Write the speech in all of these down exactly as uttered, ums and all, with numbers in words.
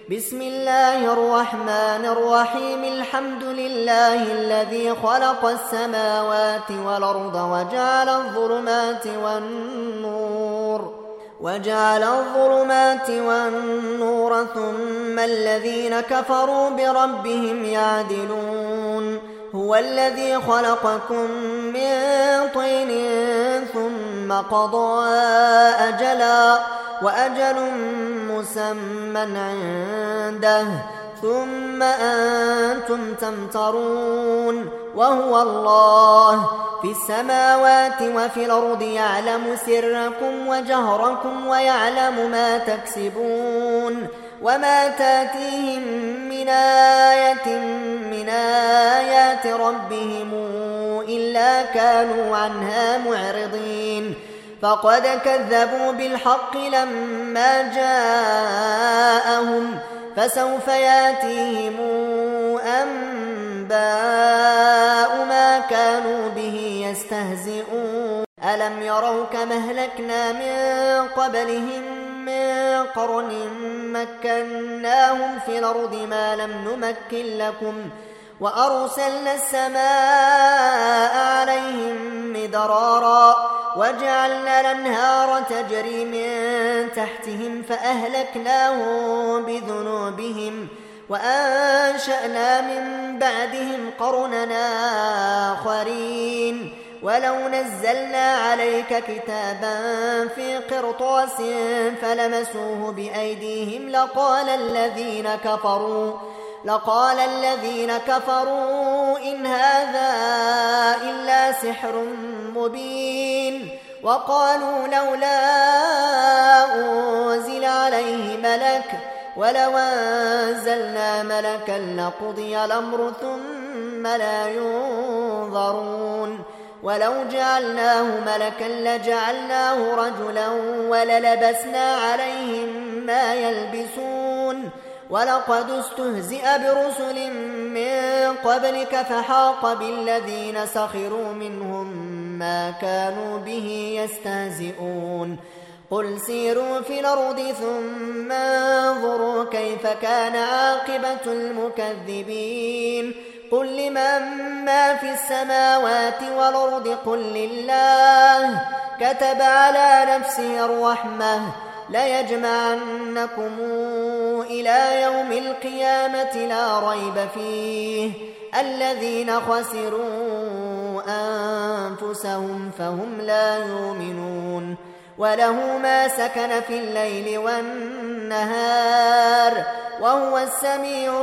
بسم الله الرحمن الرحيم الحمد لله الذي خلق السماوات والأرض وجعل الظلمات والنور وجعل الظلمات والنور ثم الذين كفروا بربهم يعدلون هو الذي خلقكم من طين ثم قضى أجلا وأجل مسمى عنده ثم أنتم تمترون وهو الله في السماوات وفي الأرض يعلم سركم وجهركم ويعلم ما تكسبون وما تاتيهم من آية من آيات ربهم إلا كانوا عنها معرضين فقد كذبوا بالحق لما جاءهم فسوف ياتيهم أنباء ما كانوا به يستهزئون ألم يروا كما أهلكنا من قبلهم من قرن مكناهم في الأرض ما لم نمكن لكم وأرسلنا السماء عليهم مدرارا وجعلنا الأنهار تجري من تحتهم فأهلكناهم بذنوبهم وأنشأنا من بعدهم قرننا آخرين ولو نزلنا عليك كتابا في قرطاس فلمسوه بأيديهم لقال الذين كفروا لقال الذين كفروا إن هذا إلا سحر مبين وقالوا لولا أنزل عليه ملك ولو أنزلنا ملكا لقضي الأمر ثم لا ينظرون ولو جعلناه ملكا لجعلناه رجلا وللبسنا عليهم ما يلبسون ولقد استهزئ برسل من قبلك فحاق بالذين سخروا منهم ما كانوا به يستهزئون قل سيروا في الأرض ثم انظروا كيف كان عاقبة المكذبين قل لمن ما في السماوات والأرض قل لله كتب على نفسه الرحمة ليجمعنكم إلى يوم القيامة لا ريب فيه الذين خسروا أنفسهم فهم لا يؤمنون وله ما سكن في الليل والنهار وهو السميع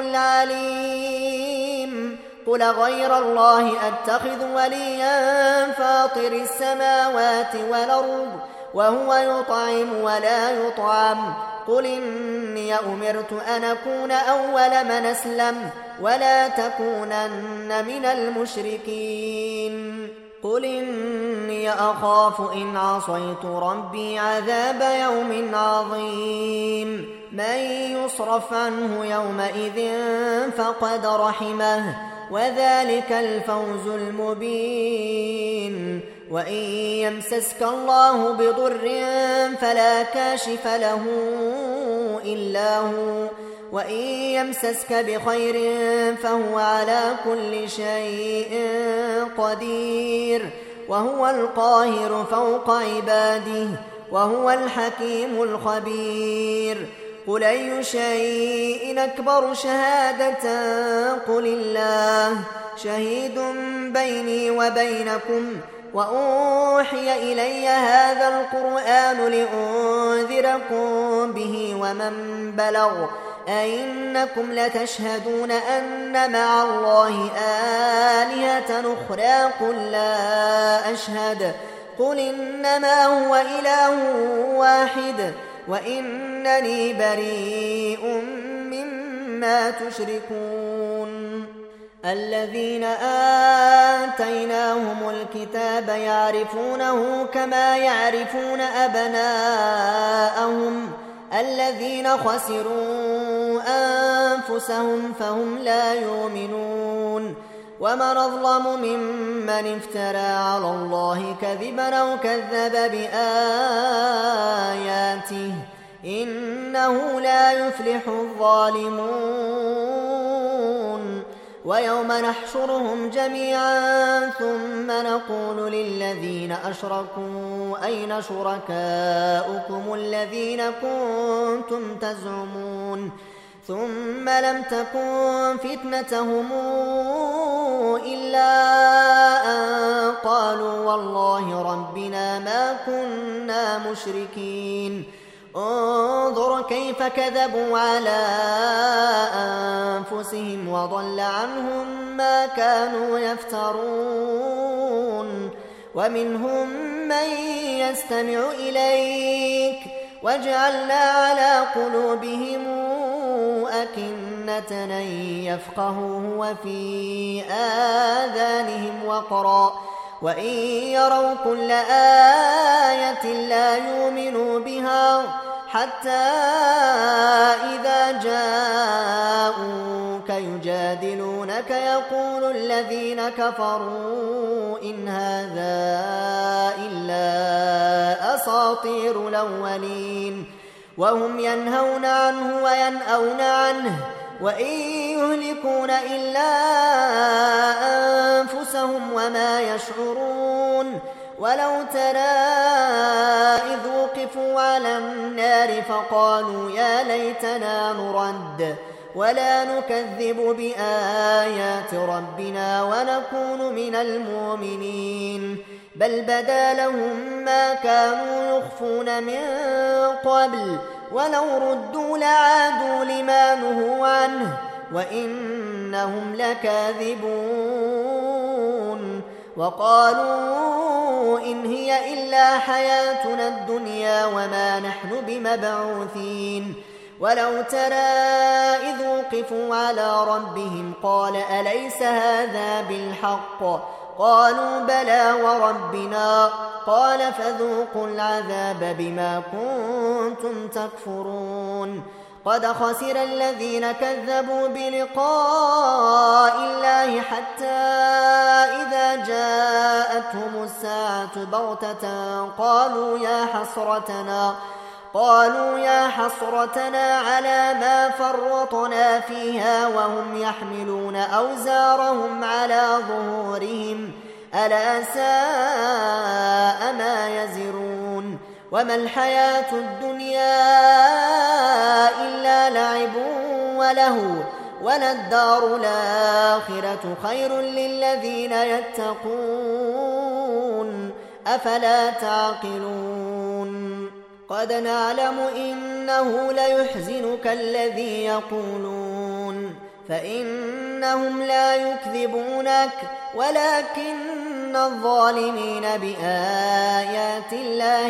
العليم قل غير الله أتخذ وليا فاطر السماوات والأرض وهو يطعم ولا يطعم قل إني أمرت أن أكون أول من أسلم ولا تكونن من المشركين قل إني أخاف إن عصيت ربي عذاب يوم عظيم من يصرف عنه يومئذ فقد رحمه وذلك الفوز المبين وإن يمسسك الله بضر فلا كاشف له إلا هو وإن يمسسك بخير فهو على كل شيء قدير وهو القاهر فوق عباده وهو الحكيم الخبير قل أي شيء أكبر شهادة قل الله شهيد بيني وبينكم وأوحي إلي هذا القرآن لأنذركم به ومن بلغ أئنكم لتشهدون أن مع الله آلهة أخرى قل لا أشهد قل إنما هو إله واحد وإنني بريء مما تشركون الذين آتيناهم الكتاب يعرفونه كما يعرفون أبناءهم الذين خسروا أنفسهم فهم لا يؤمنون ومن أظلم ممن افترى على الله كذبا أو كذب بآياته إنه لا يفلح الظالمون ويوم نحشرهم جميعا ثم نقول للذين أشركوا أين شركاؤكم الذين كنتم تزعمون ثم لم تكن فتنتهم إلا أن قالوا والله ربنا ما كنا مشركين انظر كيف كذبوا على أنفسهم وضل عنهم ما كانوا يفترون ومنهم من يستمع إليك وجعلنا على قلوبهم أكنة أن يفقهوه وفي آذانهم وقرا وإن يروا كل آية لا يؤمنوا بها حتى إذا جاءوك يجادلونك يقول الذين كفروا إن هذا إلا أساطير الأولين وهم ينهون عنه وينأون عنه وإن يهلكون إلا أنفسهم وما يشعرون ولو ترى إذ وقفوا على النار فقالوا يا ليتنا نرد ولا نكذب بآيات ربنا ونكون من المؤمنين بل بدا لهم ما كانوا يخفون من قبل ولو ردوا لعادوا لما نهوا عنه وإنهم لكاذبون وقالوا إن هي إلا حياتنا الدنيا وما نحن بمبعوثين ولو ترى إذ وقفوا على ربهم قال أليس هذا بالحق قالوا بلى وربنا قال فذوقوا العذاب بما كنتم تكفرون قد خسر الذين كذبوا بلقاء الله حتى إذا جاءتهم الساعة بغتة قالوا يا حسرتنا قالوا يا حسرتنا على ما فرطنا فيها وهم يحملون أوزارهم على ظهورهم ألا ساء ما يزرون وما الحياة الدنيا إلا لعب وله وللدار الآخرة خير للذين يتقون أفلا تعقلون قد نعلم إنه ليحزنك الذي يقولون فإنهم لا يكذبونك ولكن الظالمين بآيات الله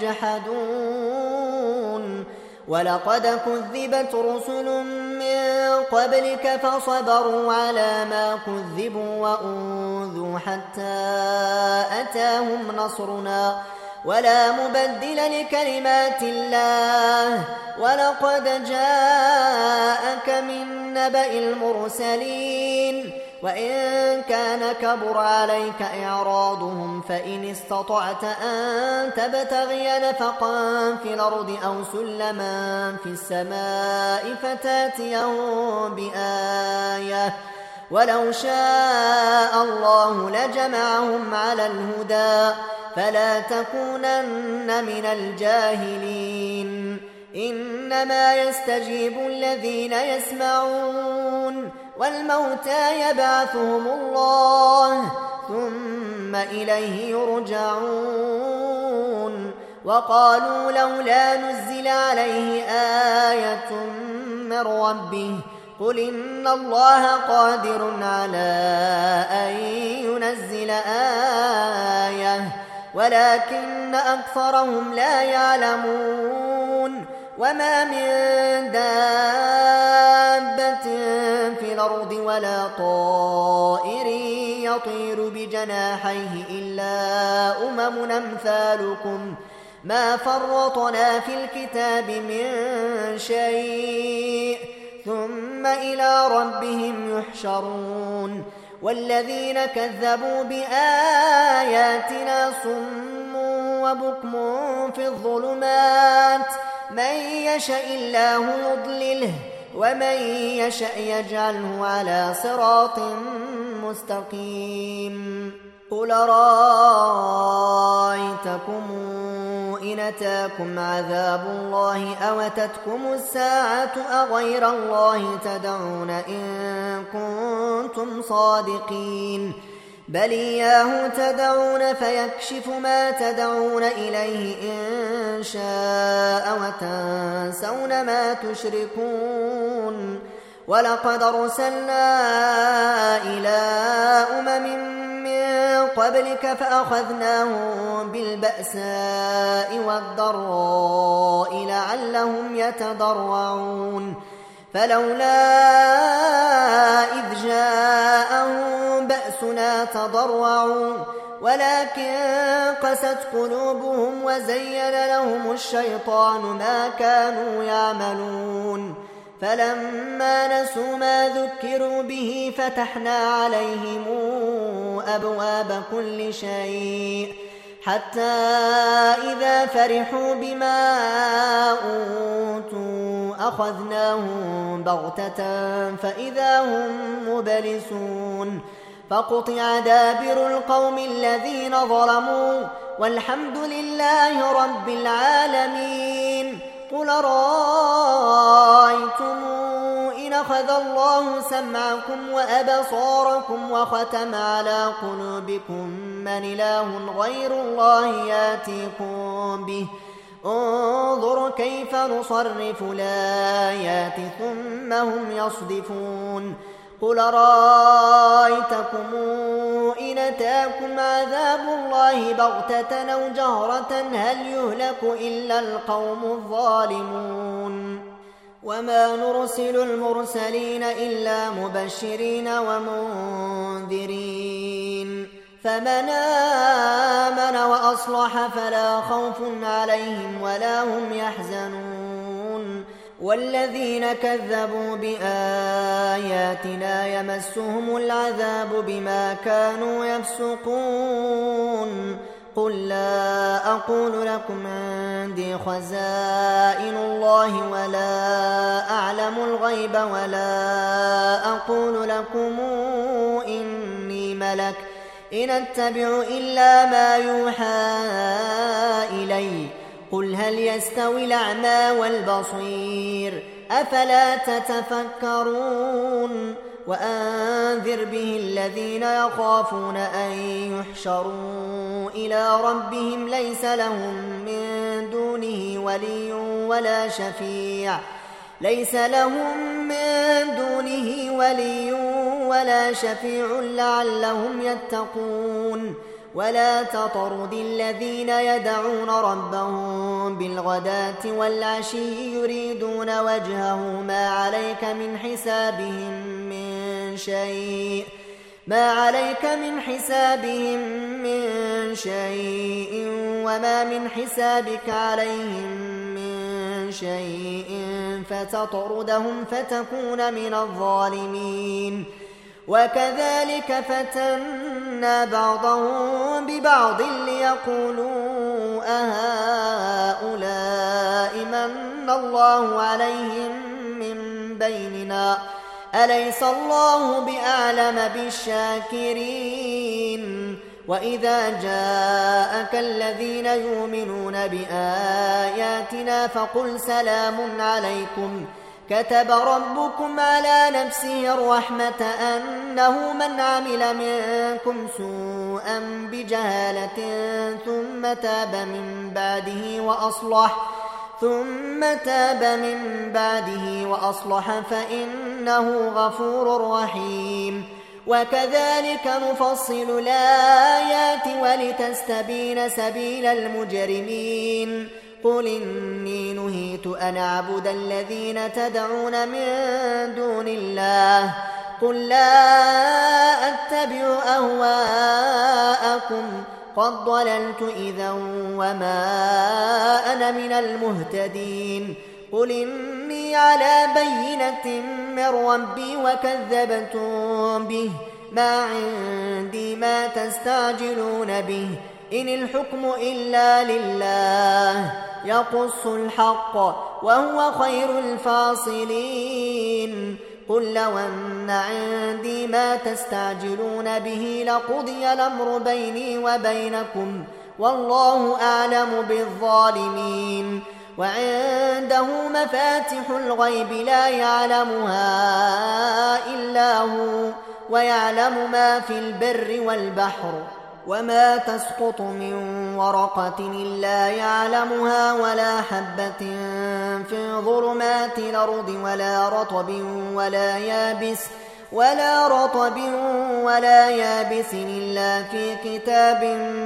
يجحدون ولقد كذبت رسل من قبلك فصبروا على ما كذبوا وأوذوا حتى أتاهم نصرنا ولا مبدل لكلمات الله ولقد جاءك من نبأ المرسلين وإن كان كبر عليك إعراضهم فإن استطعت أن تبتغي نفقا في الأرض أو سلما في السماء فتاتيهم بآية ولو شاء الله لجمعهم على الهدى فلا تكونن من الجاهلين إنما يستجيب الذين يسمعون والموتى يبعثهم الله ثم إليه يرجعون وقالوا لولا نزل عليه آية من ربه قل إن الله قادر على أن ينزل آية ولكن أكثرهم لا يعلمون وما من دابة في الأرض ولا طائر يطير بجناحيه إلا أمم أمثالكم ما فرطنا في الكتاب من شيء ثم إلى ربهم يحشرون والذين كذبوا بآياتنا صم وبكم في الظلمات من يشاء الله يضلله ومن يشاء يجعله على صراط مستقيم. قل رأيتكم إن أتاكم عذاب الله أو أتتكم الساعة أغير الله تدعون إن كنتم صادقين بل إياه تدعون فيكشف ما تدعون إليه إن شاء وتنسون ما تشركون. ولقد أرسلنا إلى أمم من قبلك فأخذناهم بالبأساء والضراء لعلهم يتضرعون فلولا إذ جاءهم بأسنا تضرعوا ولكن قست قلوبهم وزين لهم الشيطان ما كانوا يعملون فلما نسوا ما ذكروا به فتحنا عليهم أبواب كل شيء حتى إذا فرحوا بما أوتوا أخذناهم بغتة فإذا هم مبلسون فقطع دابر القوم الذين ظلموا والحمد لله رب العالمين. قل رأيتم إن أخذ الله سمعكم وأبصاركم وختم على قلوبكم من إله غير الله ياتيكم به انظر كيف نصرف الآيات ثم هم يصدفون. قل رأيتكم إن أتاكم عذاب الله بغتة أو جهرة هل يهلك إلا القوم الظالمون. وما نرسل المرسلين إلا مبشرين ومنذرين فمن آمن وأصلح فلا خوف عليهم ولا هم يحزنون. والذين كذبوا بآياتنا يمسهم العذاب بما كانوا يفسقون. قل لا أقول لكم عندي خزائن الله ولا أعلم الغيب ولا أقول لكم إني ملك إن أتبع إلا ما يوحى إلي. قل هل يستوي الأعمى والبصير أفلا تتفكرون. وأنذر به الذين يخافون أن يحشروا إلى ربهم ليس لهم من دونه ولي ولا شفيع ليس لهم من دونه ولي ولا شفيع لعلهم يتقون. ولا تطرد الذين يدعون ربهم بالغداة والعشي يريدون وجهه ما عليك من حسابهم من شيء ما عليك من حسابهم من شيء وما من حسابك عليهم من شيء فتطردهم فتكون من الظالمين. وكذلك فتنا بعضهم ببعض ليقولوا أهؤلاء من الله عليهم من بيننا أليس الله بأعلم بالشاكرين. وإذا جاءك الذين يؤمنون بآياتنا فقل سلام عليكم كتب ربكم على نفسه الرحمة أنه من عمل منكم سوءا بجهالة ثم تاب من بعده وأصلح ثم تاب من بعده وأصلح فإنه غفور رحيم. وكذلك نفصل الآيات ولتستبين سبيل المجرمين. قل إني نهيت أن أعبد الذين تدعون من دون الله قل لا أتبع أهواءكم قد ضللت إذا وما أنا من المهتدين. قل إني على بينة من ربي وكذبتم به ما عندي ما تستعجلون به إن الحكم إلا لله يقص الحق وهو خير الفاصلين قل لو أن عندي ما تستعجلون به لقضي الأمر بيني وبينكم والله أعلم بالظالمين وعنده مفاتح الغيب لا يعلمها إلا هو ويعلم ما في البر والبحر وما تسقط من ورقة إلا يعلمها ولا حبة في ظلمات الأرض ولا رطب ولا يابس ولا رطب ولا يابس إلا في كتاب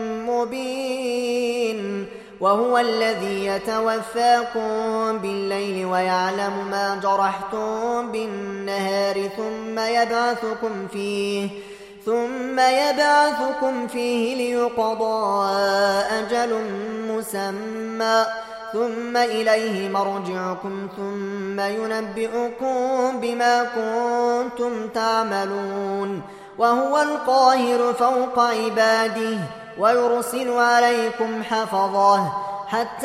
مبين وهو الذي يتوفاكم بالليل ويعلم ما جرحتم بالنهار ثم يبعثكم فيه ثم يبعثكم فيه ليقضى أجل مسمى ثم إليه مرجعكم ثم ينبئكم بما كنتم تعملون وهو القاهر فوق عباده ويرسل عليكم حفظه حتى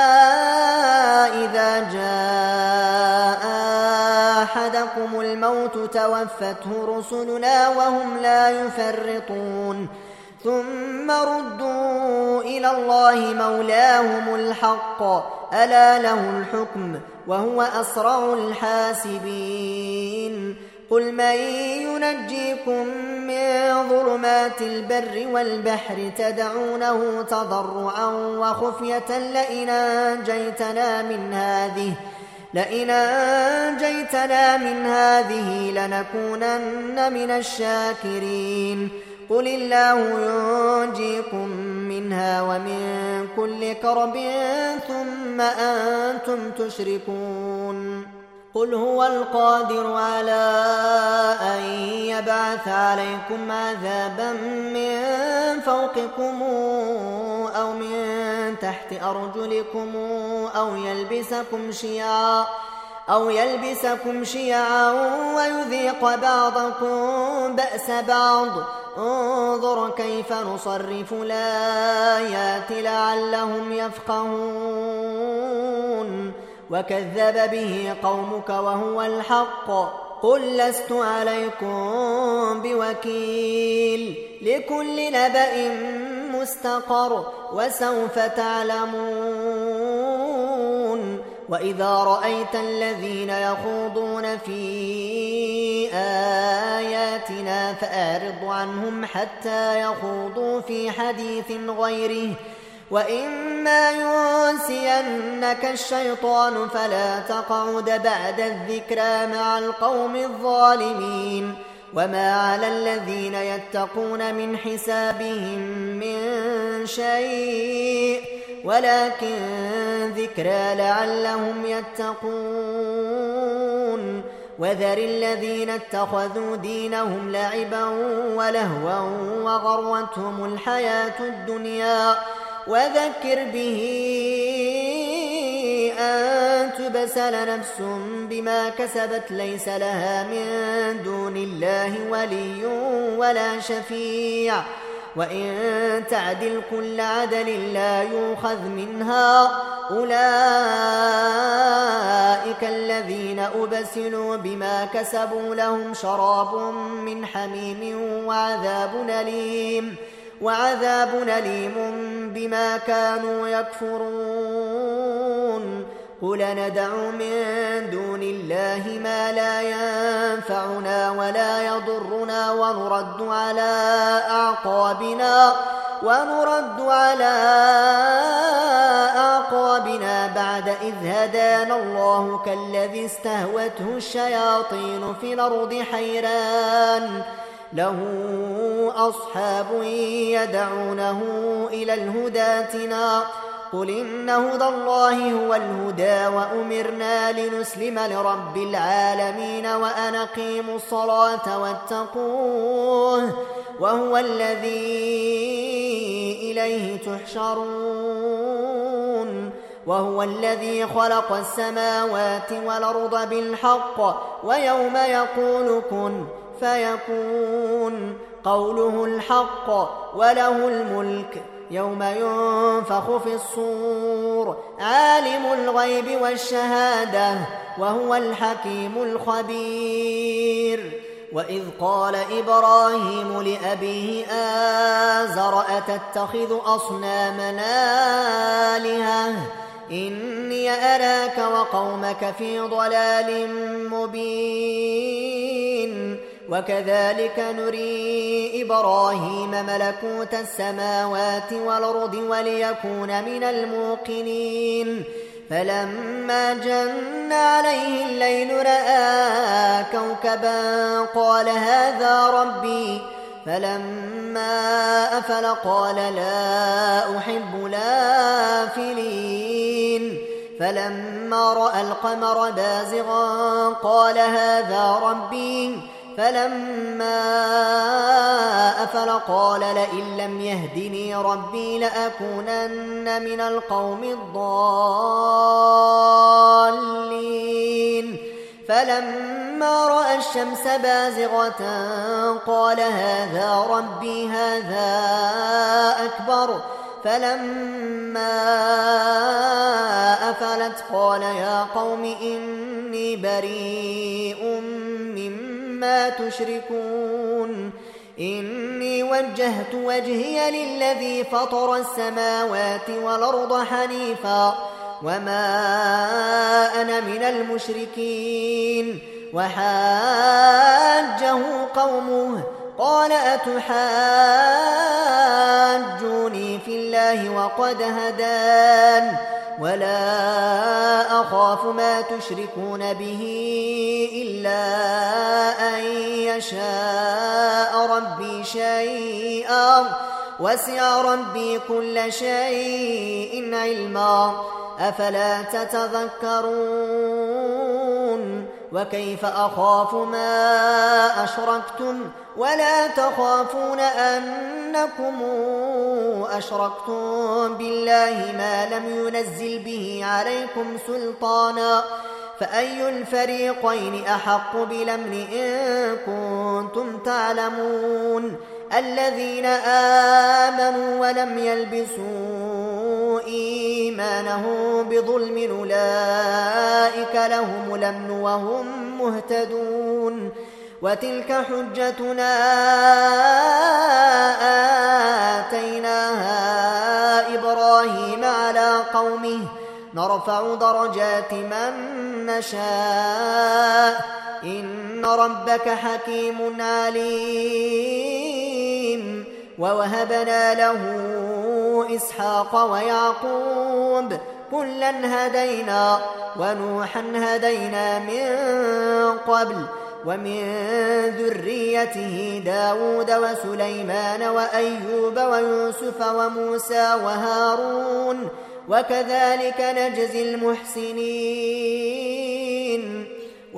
إذا جاء أحدكم الموت توفته رسلنا وهم لا يفرطون ثم ردوا إلى الله مولاهم الحق ألا له الحكم وهو أسرع الحاسبين قل من ينجيكم من ظلمات البر والبحر تدعونه تضرعا وخفية لئن أنجيتنا من هذه لئن أنجيتنا من هذه لنكونن من الشاكرين قل الله ينجيكم منها ومن كل كرب ثم أنتم تشركون قل هو القادر على أن يبعث عليكم عذابا من فوقكم أو من تحت أرجلكم أو يلبسكم شيعا أو يلبسكم شيعا ويذيق بعضكم بأس بعض انظر كيف نصرف الآيات لعلهم يفقهون وكذب به قومك وهو الحق قل لست عليكم بوكيل لكل نبأ مستقر وسوف تعلمون وإذا رأيت الذين يخوضون في آياتنا فأعرض عنهم حتى يخوضوا في حديث غيره وإما ينسينك الشيطان فلا تقعد بعد الذكرى مع القوم الظالمين وما على الذين يتقون من حسابهم من شيء ولكن ذكرى لعلهم يتقون وذر الذين اتخذوا دينهم لعبا ولهوا وغرتهم الحياة الدنيا وذكر به أن تبسل نفس بما كسبت ليس لها من دون الله ولي ولا شفيع وإن تعدل كل عدل لا يؤخذ منها أولئك الذين أبسلوا بما كسبوا لهم شراب من حميم وعذاب أليم وعذاب أليم بما كانوا يكفرون قل ندع من دون الله ما لا ينفعنا ولا يضرنا ونرد على أعقابنا ونرد على أعقابنا بعد إذ هدانا الله كالذي استهوته الشياطين في الأرض حيران له أصحاب يدعونه إلى الهدى ائتنا قل إن هدى الله هو الهدى وأمرنا لنسلم لرب العالمين وأن أقيموا الصلاة واتقوه وهو الذي إليه تحشرون وهو الذي خلق السماوات والأرض بالحق ويوم يقول كن فيكون قوله الحق وله الملك يوم ينفخ في الصور عالم الغيب والشهادة وهو الحكيم الخبير. وإذ قال إبراهيم لأبيه آزر أتتخذ أصنامنا آلهة إني أراك وقومك في ضلال مبين. وكذلك نري إبراهيم ملكوت السماوات والأرض وليكون من الموقنين. فلما جن عليه الليل رأى كوكبا قال هذا ربي فلما أفل قال لا أحب الآفلين. فلما رأى القمر بازغا قال هذا ربي فلما أفل قال لئن لم يهدني ربي لأكونن من القوم الضالين. فلما رأى الشمس بازغة قال هذا ربي هذا أكبر. فلما أفلت قال يا قوم إني بريء مما تشركون إني وجهت وجهي للذي فطر السماوات والأرض حنيفا وما أنا من المشركين. وحاجه قومه قال أتحاجوني في الله وقد هدان ولا أخاف ما تشركون به إلا أن يشاء ربي شيئا وسع ربي كل شيء علما أفلا تتذكرون. وكيف أخاف ما أشركتم ولا تخافون أنكم أشركتم بالله ما لم ينزل به عليكم سلطانا فأي الفريقين أحق بالأمن إن كنتم تعلمون. الذين آمنوا ولم يلبسوا إيمانهم بظلم أولئك لهم الأمن وهم مهتدون. وتلك حجتنا آتيناها إبراهيم على قومه نرفع درجات من نشاء إن ربك حكيم عليم. ووهبنا له إسحاق ويعقوب كلا هدينا ونوحا هدينا من قبل ومن ذريته داود وسليمان وأيوب ويوسف وموسى وهارون وكذلك نجزي المحسنين.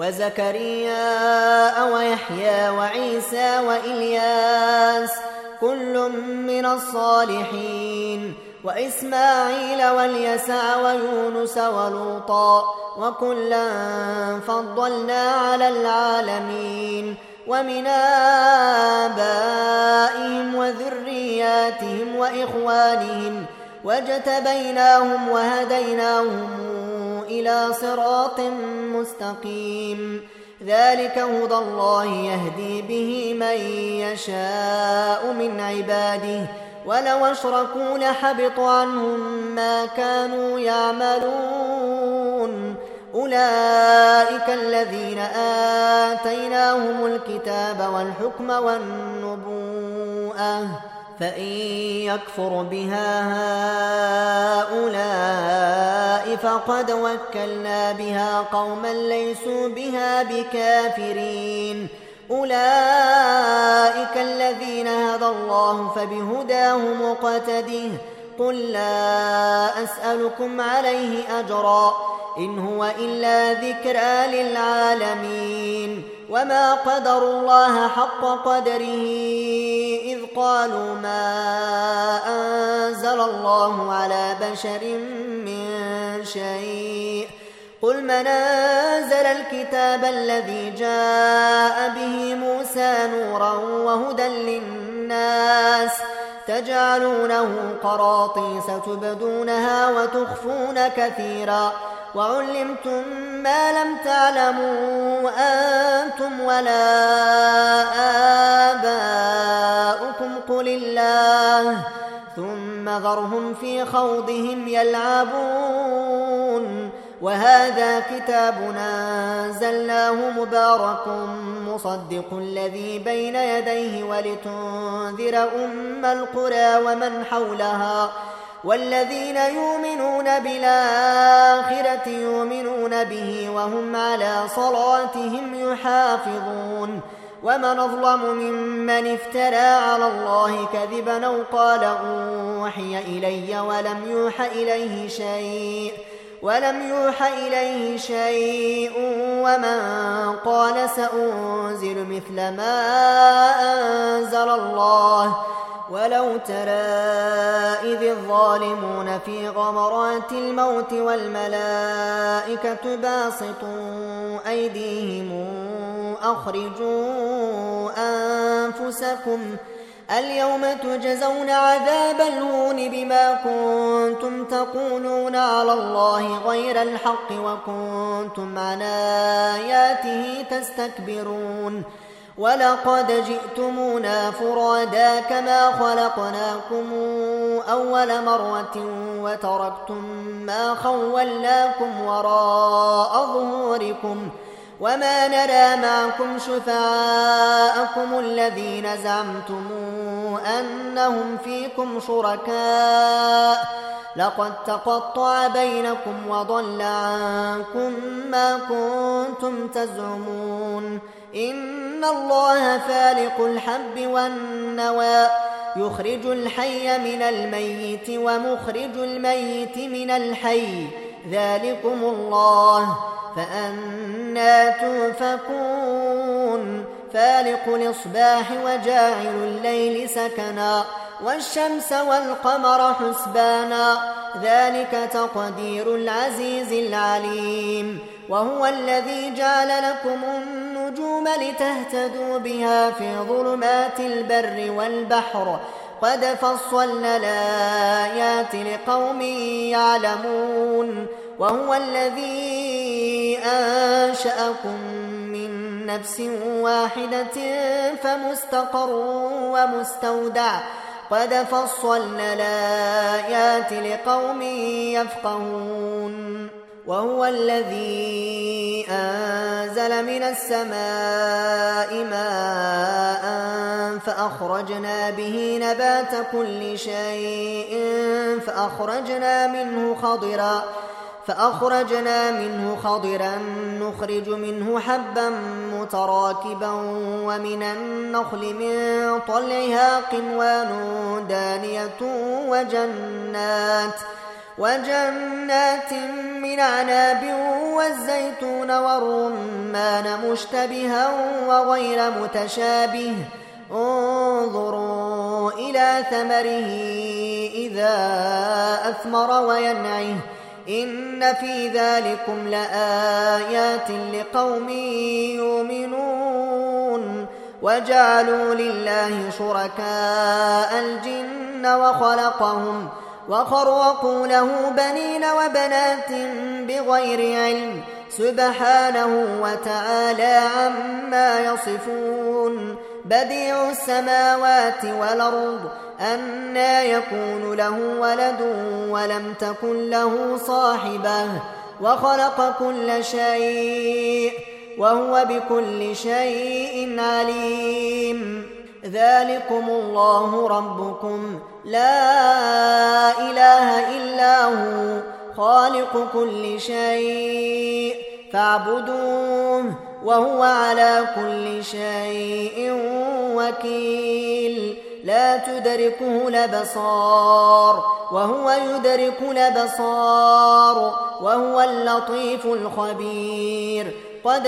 وزكريا ويحيى وعيسى وإلياس كل من الصالحين وإسماعيل واليسع ويونس ولوطا وكلا فضلنا على العالمين. ومن آبائهم وذرياتهم وإخوانهم واجتبيناهم وهديناهم إلى صراط مستقيم. ذلك هدى الله يهدي به من يشاء من عباده ولو أشركوا لحبط عنهم ما كانوا يعملون. أولئك الذين آتيناهم الكتاب والحكم والنبوءة فإن يكفر بها هؤلاء فقد وكلنا بها قوما ليسوا بها بكافرين. أولئك الذين هدى الله فبهداه مقتده قل لا أسألكم عليه أجرا إن هو إلا ذكرى للعالمين. وما قدروا الله حق قدره إذ قالوا ما أنزل الله على بشر من شيء قل من أنزل الكتاب الذي جاء به موسى نورا وهدى للناس تجعلونه قراطيس تبدونها وتخفون كثيرا وعلمتم ما لم تعلموا أنتم ولا آباؤكم قل الله ثم ذرهم في خوضهم يلعبون وهذا كتاب أنزلناه مبارك مصدق الذي بين يديه ولتنذر أم القرى ومن حولها والذين يؤمنون بالآخرة يؤمنون به وهم على صلاتهم يحافظون ومن أظلم ممن افترى على الله كذبا أو قال أوحي إلي ولم يوح إليه شيء ولم يوح إليه شيء ومن قال سأنزل مثل ما أنزل الله ولو ترى إذ الظالمون في غمرات الموت والملائكة باسطوا أيديهم أخرجوا أنفسكم اليوم تجزون عذاب الهون بما كنتم تقولون على الله غير الحق وكنتم عن آياته تستكبرون ولقد جئتمونا فرادا كما خلقناكم أول مرة وتركتم ما خولناكم وراء ظهوركم وما نرى معكم شفعاءكم الذين زعمتم أنهم فيكم شركاء لقد تقطع بينكم وضل عنكم ما كنتم تزعمون إن الله فالق الحب والنوى يخرج الحي من الميت ومخرج الميت من الحي ذلكم الله فأنى توفكون فالق الإصباح وجاعل الليل سكنا والشمس والقمر حسبانا ذلك تقدير العزيز العليم وهو الذي جعل لكم النجوم لتهتدوا بها في ظلمات البر والبحر قد فصلنا الآيات لقوم يعلمون وهو الذي أنشأكم من نفس واحدة فمستقر ومستودع قد فصلنا الآيات لقوم يفقهون وهو الذي أنزل من السماء ماء فأخرجنا به نبات كل شيء فأخرجنا منه خضرا فأخرجنا منه خضرا نخرج منه حبا متراكبا ومن النخل من طلعها قنوان دانية وجنات وجنات من عناب والزيتون والرمان مشتبها وغير متشابه انظروا إلى ثمره إذا أثمر وينعه إن في ذلكم لآيات لقوم يؤمنون وجعلوا لله شركاء الجن وخلقهم وخرقوا له بنين وبنات بغير علم سبحانه وتعالى عما يصفون بديع السماوات والأرض أنى يكون له ولد ولم تكن له صاحبة وخلق كل شيء وهو بكل شيء عليم ذلكم الله ربكم لا إله إلا هو خالق كل شيء فاعبدوه وهو على كل شيء وكيل لا تدركه الأبصار وهو يدرك الأبصار وهو اللطيف الخبير قد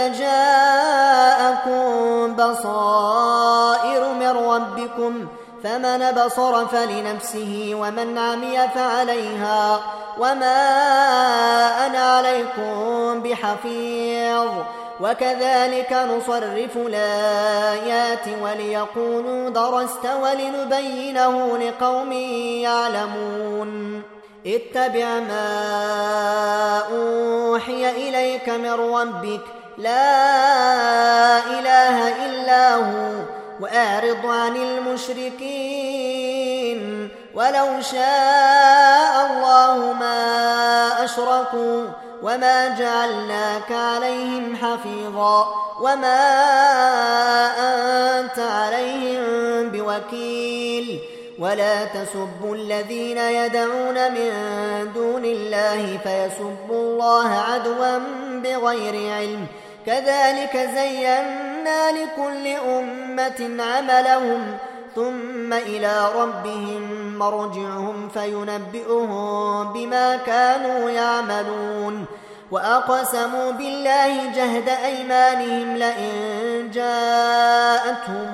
جاءكم بصائر من ربكم فمن بصر فلنفسه ومن عمي فعليها وما أنا عليكم بحفيظ وكذلك نصرف الآيات وليقولوا درست ولنبينه لقوم يعلمون اتبع ما أوحي إليك من ربك لا إله إلا هو وأعرض عن المشركين ولو شاء الله ما أشركوا وما جعلناك عليهم حفيظا وما أنت عليهم بوكيل ولا تسبوا الذين يدعون من دون الله فيسبوا الله عدوا بغير علم كذلك زينا لكل أمة عملهم ثم إلى ربهم مرجعهم فينبئهم بما كانوا يعملون وأقسموا بالله جهد أيمانهم لئن جاءتهم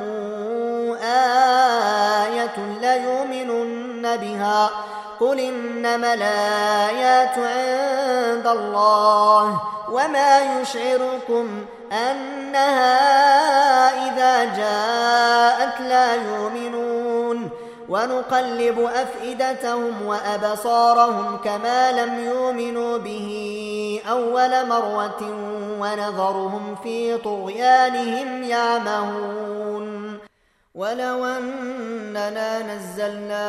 آية ليؤمنن بها قل إنما الآيات عند الله وما يشعركم أنها إذا جاءت لا يؤمنون ونقلب أفئدتهم وأبصارهم كما لم يؤمنوا به أول مرة ونذرهم في طغيانهم يعمهون ولو أننا نزلنا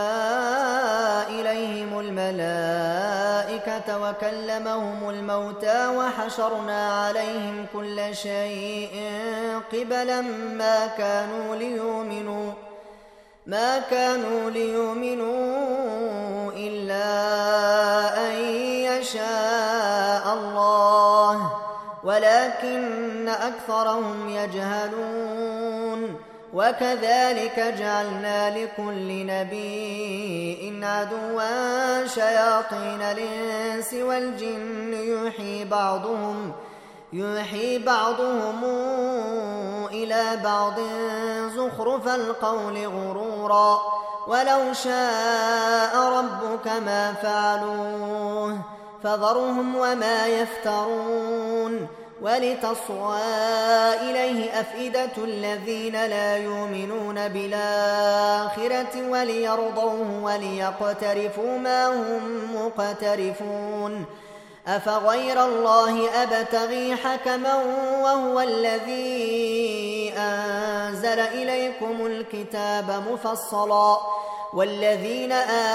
إليهم الملائكة وكلمهم الموتى وحشرنا عليهم كل شيء قبلا ما كانوا ليؤمنوا ما كانوا ليؤمنوا إلا أن يشاء الله ولكن أكثرهم يجهلون وكذلك جعلنا لكل نبي عدوا شياطين الإنس والجن يوحي بعضهم يوحي بعضهم إلى بعض زخرف القول غرورا ولو شاء ربك ما فعلوه فذرهم وما يفترون ولتصغى إليه أفئدة الذين لا يؤمنون بالآخرة وليرضوه وليقترفوا ما هم مقترفون أفغير الله أبتغي حكما وهو الذي أنزل إليكم الكتاب مفصلا والذين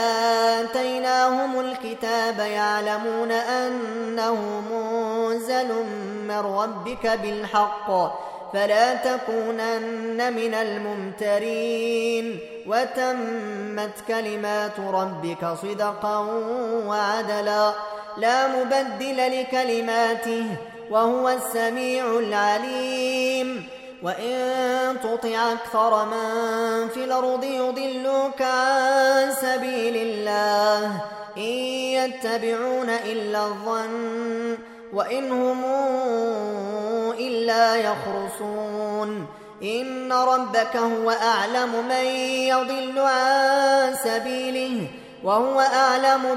آتيناهم الكتاب يعلمون أنه منزل من ربك بالحق فلا تكونن من الممترين وتمت كلمات ربك صدقا وعدلا لا مبدل لكلماته وهو السميع العليم وإن تطع أكثر من في الأرض يضلوك عن سبيل الله إن يتبعون إلا الظن وإن هم إلا يخرصون إن ربك هو أعلم من يضل عن سبيله وهو أعلم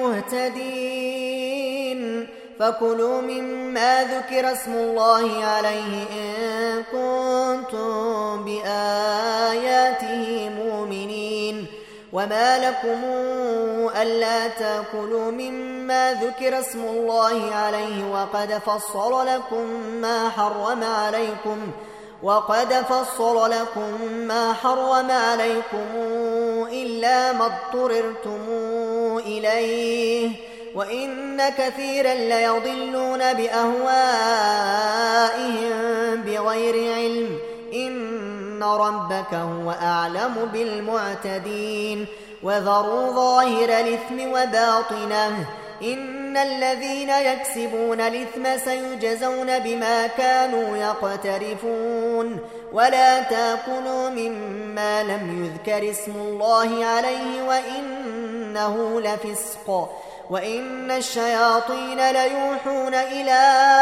بالمهتدين فكلوا مما ذكر اسم الله عليه إن كنتم بآياته مؤمنين وما لكم ألا تأكلوا مما ذكر اسم الله عليه وقد فصل لكم ما حرم عليكم وقد فصل لكم ما حرم عليكم إلا ما اضطررتم إليه وإن كثيرا ليضلون بأهوائهم بغير علم إن ربك هو أعلم بالمعتدين وذروا ظاهر الإثم وباطنه إن الذين يكسبون الإثم سيجزون بما كانوا يقترفون ولا تأكلوا مما لم يذكر اسم الله عليه وإنه لفسق وإن الشياطين ليوحون إلى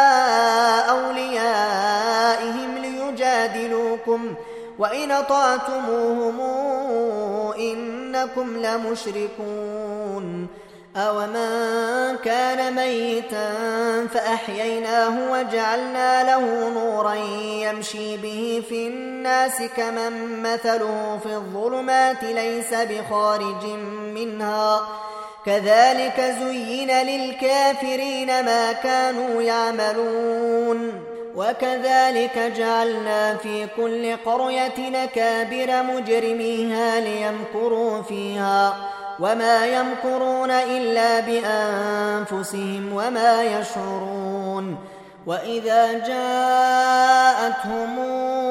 أوليائهم ليجادلوكم وإن أطعتموهم إنكم لمشركون أومن كان ميتا فأحييناه وجعلنا له نورا يمشي به في الناس كمن مثله في الظلمات ليس بخارج منها كذلك زين للكافرين ما كانوا يعملون وكذلك جعلنا في كل قرية أكابر مجرميها ليمكروا فيها وما يمكرون إلا بأنفسهم وما يشعرون وإذا جاءتهم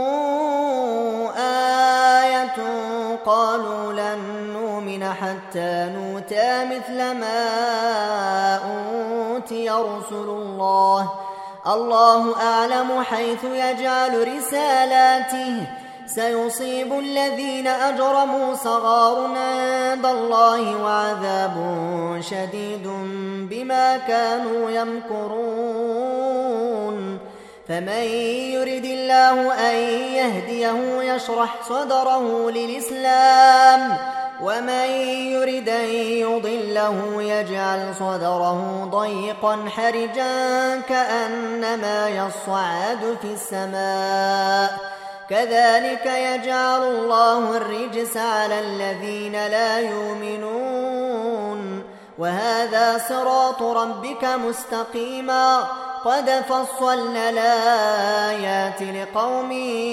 آية قالوا لن نؤمن حتى نؤتى مثل ما أوتي رسل الله الله أعلم حيث يجعل رسالاته سيصيب الذين أجرموا صغار عند الله وعذاب شديد بما كانوا يمكرون فمن يرد الله أن يهديه يشرح صدره للإسلام ومن يرد أن يضله يجعل صدره ضيقا حرجا كأنما يصعد في السماء كذلك يجعل الله الرجس على الذين لا يؤمنون وهذا صراط ربك مستقيما قد فصلنا الآيات لقوم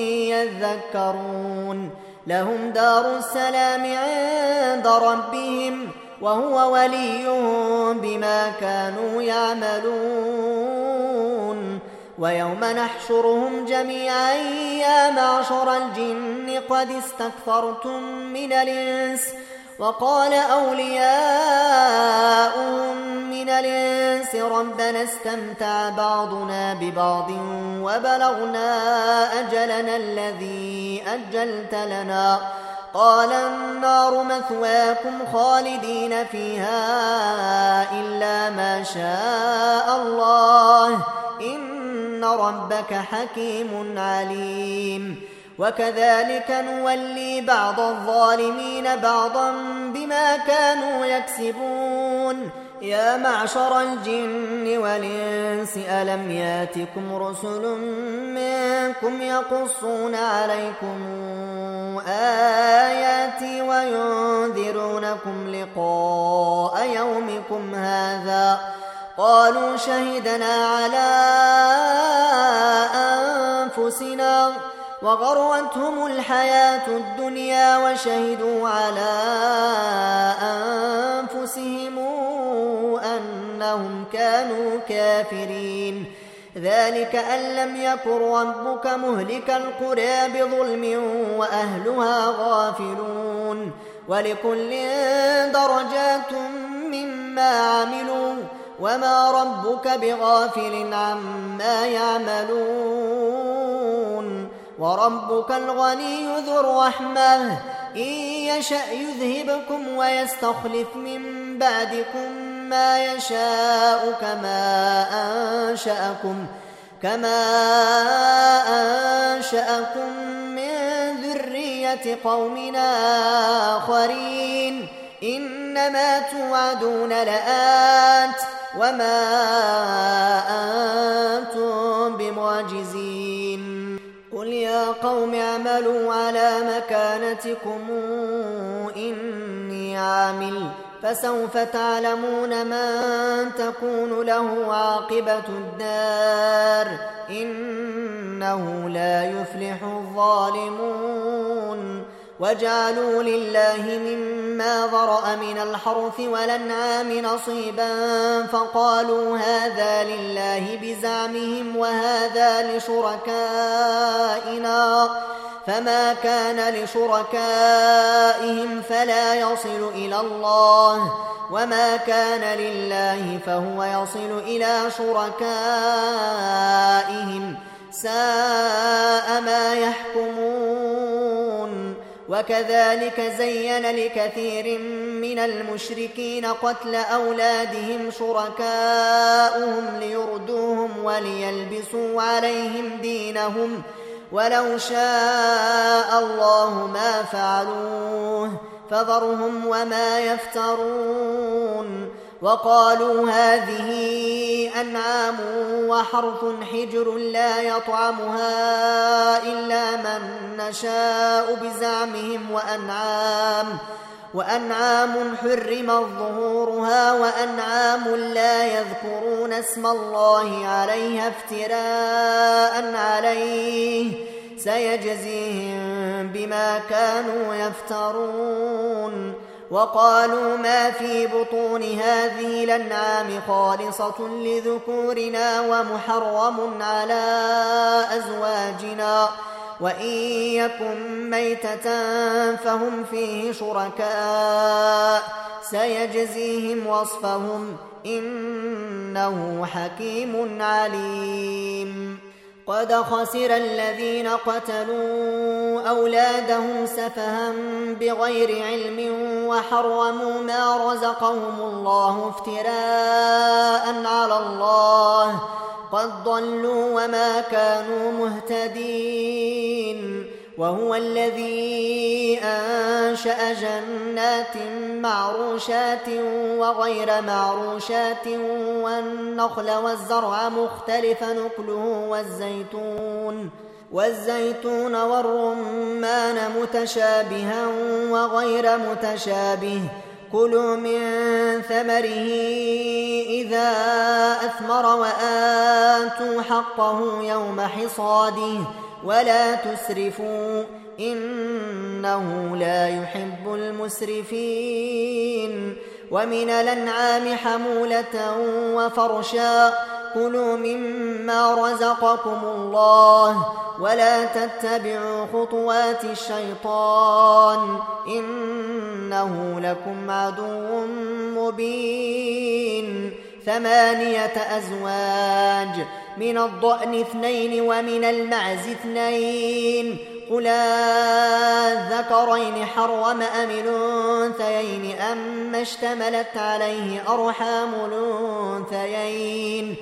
يذكرون لهم دار السلام عند ربهم وهو وليهم بما كانوا يعملون ويوم نحشرهم جميعا يا معشر الجن قد استكثرتم من الإنس وقال أولياؤهم من الإنس ربنا استمتع بعضنا ببعض وبلغنا أجلنا الذي أجلت لنا قال النار مثواكم خالدين فيها إلا ما شاء الله إن ربك حكيم عليم وكذلك نولي بعض الظالمين بعضا بما كانوا يكسبون يا معشر الجن والإنس ألم ياتكم رسل منكم يقصون عليكم آياتي وينذرونكم لقاء يومكم هذا قالوا شهدنا على أنفسنا وغرتهم الحياة الدنيا وشهدوا على أنفسهم أنهم كانوا كافرين ذلك أن لم يكن ربك مهلك القرى بظلم وأهلها غافلون ولكل درجات مما عملوا وما ربك بغافل عما يعملون وربك الغني ذو الرحمة إن يشأ يذهبكم ويستخلف من بعدكم ما يشاء كما أنشأكم كما أنشأكم من ذرية قوم آخرين إنما توعدون لآت وما أنتم بمعجزين قل يا قوم اعملوا على مكانتكم إني عامل فسوف تعلمون من تكون له عاقبة الدار إنه لا يفلح الظالمون وجعلوا لله مما ذرأ من الحرث والأنعام نصيبا فقالوا هذا لله بزعمهم وهذا لشركائنا فما كان لشركائهم فلا يصل إلى الله وما كان لله فهو يصل إلى شركائهم ساء ما يحكمون وكذلك زين لكثير من المشركين قتل أولادهم شركاؤهم ليردوهم وليلبسوا عليهم دينهم ولو شاء الله ما فعلوه فذرهم وما يفترون وقالوا هذه أنعام وحرث حجر لا يطعمها إلا من نشاء بزعمهم وأنعام وأنعام حرمت ظهورها وأنعام لا يذكرون اسم الله عليها افتراء عليه سيجزيهم بما كانوا يفترون. وقالوا ما في بطون هذه الأنعام خالصة لذكورنا ومحرم على أزواجنا وإن يكن ميتة فهم فيه شركاء سيجزيهم وصفهم إنه حكيم عليم. قد خسر الذين قتلوا أولادهم سفها بغير علم وحرموا ما رزقهم الله افتراء على الله قد ضلوا وما كانوا مهتدين. وهو الذي أنشأ جنات معروشات وغير معروشات والنخل والزرع مختلفا أكله والزيتون والزيتون والرمان متشابها وغير متشابه كلوا من ثمره إذا أثمر وآتوا حقه يوم حصاده ولا تسرفوا إنه لا يحب المسرفين. ومن الأنعام حمولة وفرشا كلوا مما رزقكم الله ولا تتبعوا خطوات الشيطان إنه لكم عدو مبين. ثمانية أزواج من الضأن اثنين ومن المعز اثنين قل الذكرين حرم أم الأنثيين أما اشتملت عليه أرحام الأنثيين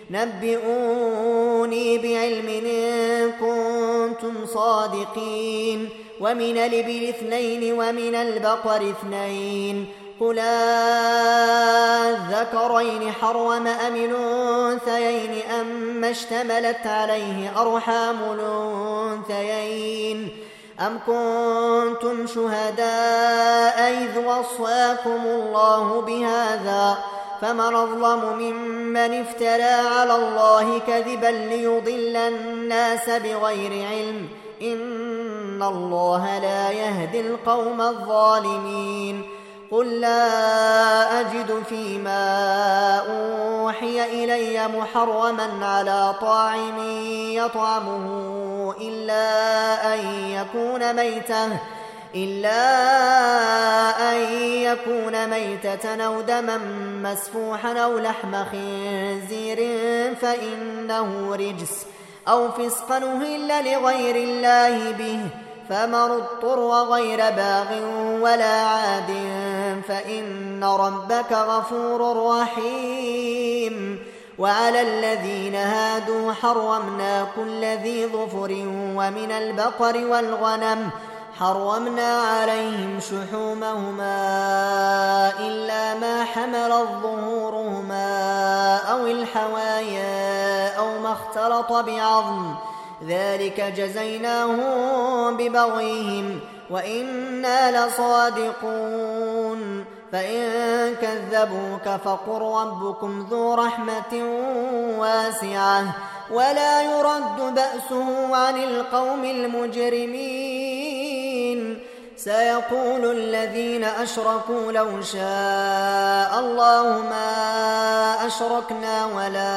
نبئوني بعلم إن كنتم صادقين. ومن الإبل اثنين ومن البقر اثنين قل الذكرين حرم أم الأنثيين أما اشتملت عليه أرحام الأنثيين أم كنتم شهداء إذ وصاكم الله بهذا فمن أظلم ممن افترى على الله كذبا ليضل الناس بغير علم إن الله لا يهدي القوم الظالمين. قل لا أجد فيما أوحي إلي محرما على طاعم يطعمه إلا أن يكون ميتة إلا أن يكون ميتة أو دما مسفوحا أو لحم خنزير فإنه رجس أو فسقا أهل لغير الله به فمن اضطر غير باغ ولا عاد فإن ربك غفور رحيم. وعلى الذين هادوا حرمنا كل ذي ظفر ومن البقر والغنم حرمنا عليهم شحومهما إلا ما حملت ظهورهما أو الحوايا أو ما اختلط بعظم ذلك جزيناهم ببغيهم وإنا لصادقون. فإن كذبوك فقل ربكم ذو رحمة واسعة ولا يرد بأسه عن القوم المجرمين. سيقول الذين أشركوا لو شاء الله ما أشركنا ولا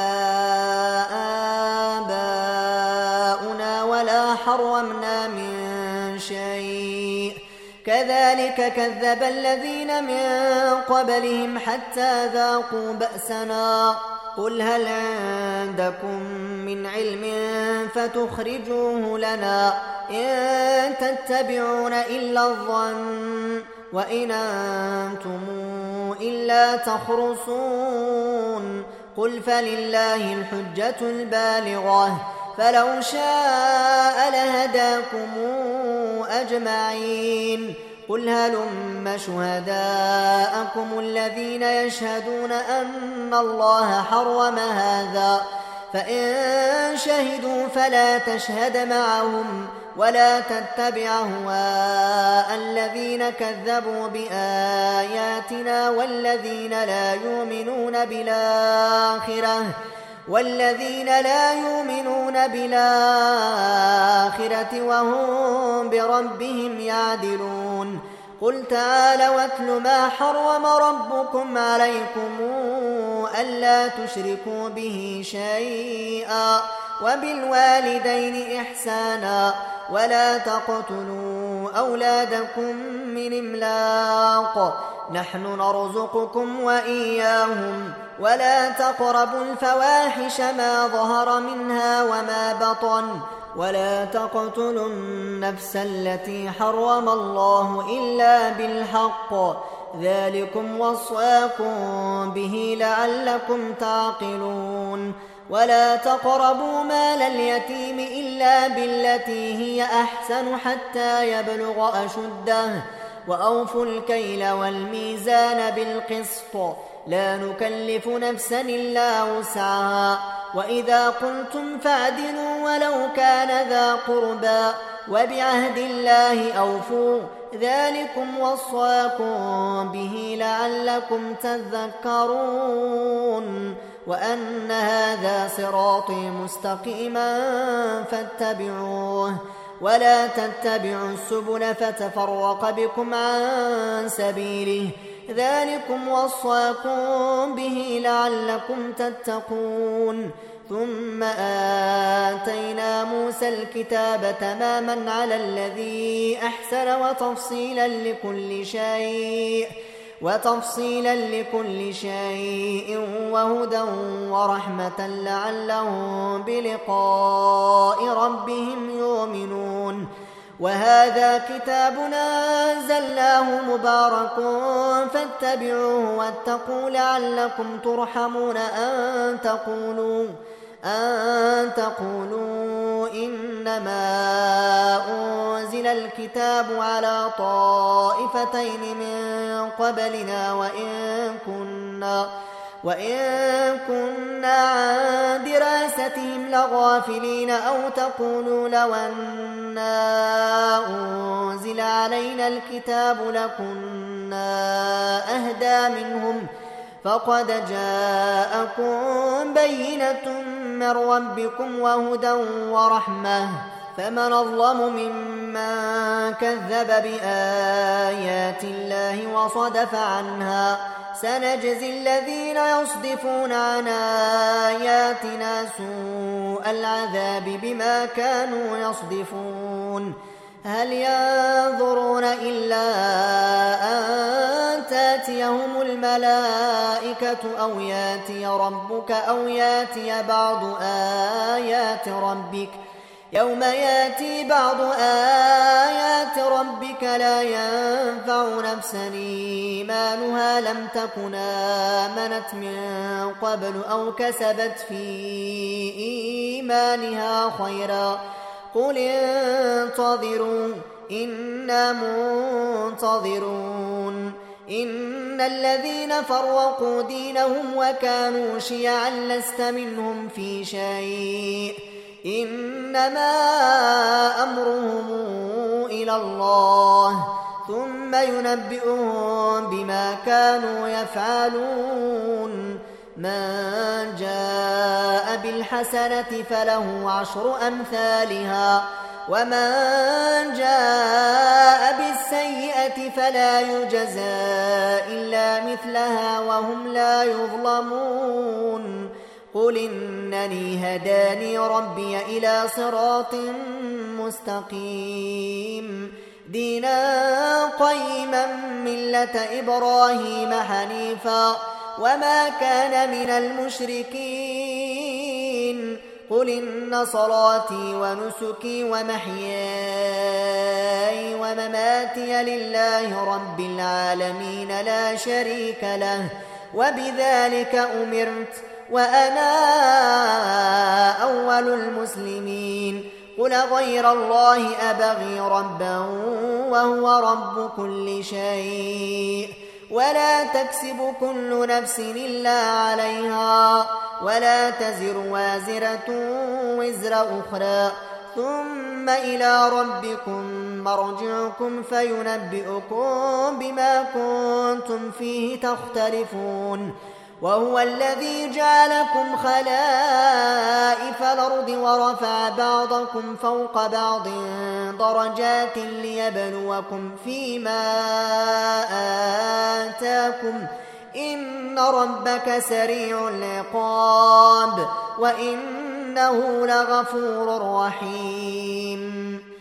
آباؤنا ولا حرمنا من شيء كذلك كذب الذين من قبلهم حتى ذاقوا بأسنا. قل هل عندكم من علم فتخرجوه لنا إن تتبعون إلا الظن وإن أنتم إلا تخرصون. قل فلله الحجة البالغة فلو شاء لهداكم أجمعين. قل هلم شهداءكم الذين يشهدون أن الله حرم هذا فإن شهدوا فلا تشهد معهم ولا تتبع أهواء الذين كذبوا بآياتنا والذين لا يؤمنون بالآخرة والذين لا يؤمنون بالآخرة وهم بربهم يعدلون قل تعالوا واتل ما حرم ربكم عليكم ألا تشركوا به شيئا وبالوالدين إحسانا ولا تقتلوا أولادكم من إملاق نحن نرزقكم وإياهم ولا تقربوا الفواحش ما ظهر منها وما بطن ولا تقتلوا النفس التي حرم الله إلا بالحق ذلكم وصاكم به لعلكم تعقلون ولا تقربوا مال اليتيم إلا بالتي هي أحسن حتى يبلغ أشده وأوفوا الكيل والميزان بالقسط لا نكلف نفسا إلا وسعها وإذا قلتم فاعدلوا ولو كان ذا قربى وبعهد الله أوفوا ذلكم وصاكم به لعلكم تذكرون وأن هذا صراطي مستقيما فاتبعوه ولا تتبعوا السبل فتفرق بكم عن سبيله ذلكم وصاكم به لعلكم تتقون ثم آتينا موسى الكتاب تماما على الذي أحسن وتفصيلا لكل شيء وتفصيلا لكل شيء وهدى ورحمة لعلهم بلقاء ربهم يؤمنون وهذا كتاب أنزلناه مبارك فاتبعوه واتقوا لعلكم ترحمون أن تقولوا أن تقولوا إنما أنزل الكتاب على طائفتين من قبلنا وإن كنا وإن كنا عن دراستهم لغافلين أو تقولوا لو أنا أنزل علينا الكتاب لكنا أهدى منهم فقد جاءكم بينة من ربكم وهدى ورحمة فمن أظلم ممن كذب بآيات الله وصدف عنها سنجزي الذين يصدفون عن آياتنا سوء العذاب بما كانوا يصدفون هل ينظرون إلا أن تأتيهم الملائكة أو يأتي ربك أو يأتي بعض آيات ربك يوم يأتي بعض آيات ربك لا ينفع نفسا إيمانها لم تكن آمنت من قبل أو كسبت في إيمانها خيرا قل انتظروا إنا منتظرون إن الذين فرقوا دينهم وكانوا شيعا لست منهم في شيء إنما أمرهم إلى الله ثم ينبئهم بما كانوا يفعلون من جاء بالحسنة فله عشر أمثالها ومن جاء بالسيئة فلا يجزى إلا مثلها وهم لا يظلمون قل إنني هداني ربي إلى صراط مستقيم دينا قيما ملة إبراهيم حنيفا وما كان من المشركين قل إن صلاتي ونسكي ومحياي ومماتي لله رب العالمين لا شريك له وبذلك أمرت وأنا أول المسلمين قل غير الله أبغي ربا وهو رب كل شيء ولا تكسب كل نفس إلا عليها ولا تزر وازرة وزر أخرى ثم إلى ربكم مرجعكم فينبئكم بما كنتم فيه تختلفون وهو الذي جعلكم خلائف الأرض ورفع بعضكم فوق بعض درجات ليبلوكم فيما آتاكم إن ربك سريع العقاب وإنه لغفور رحيم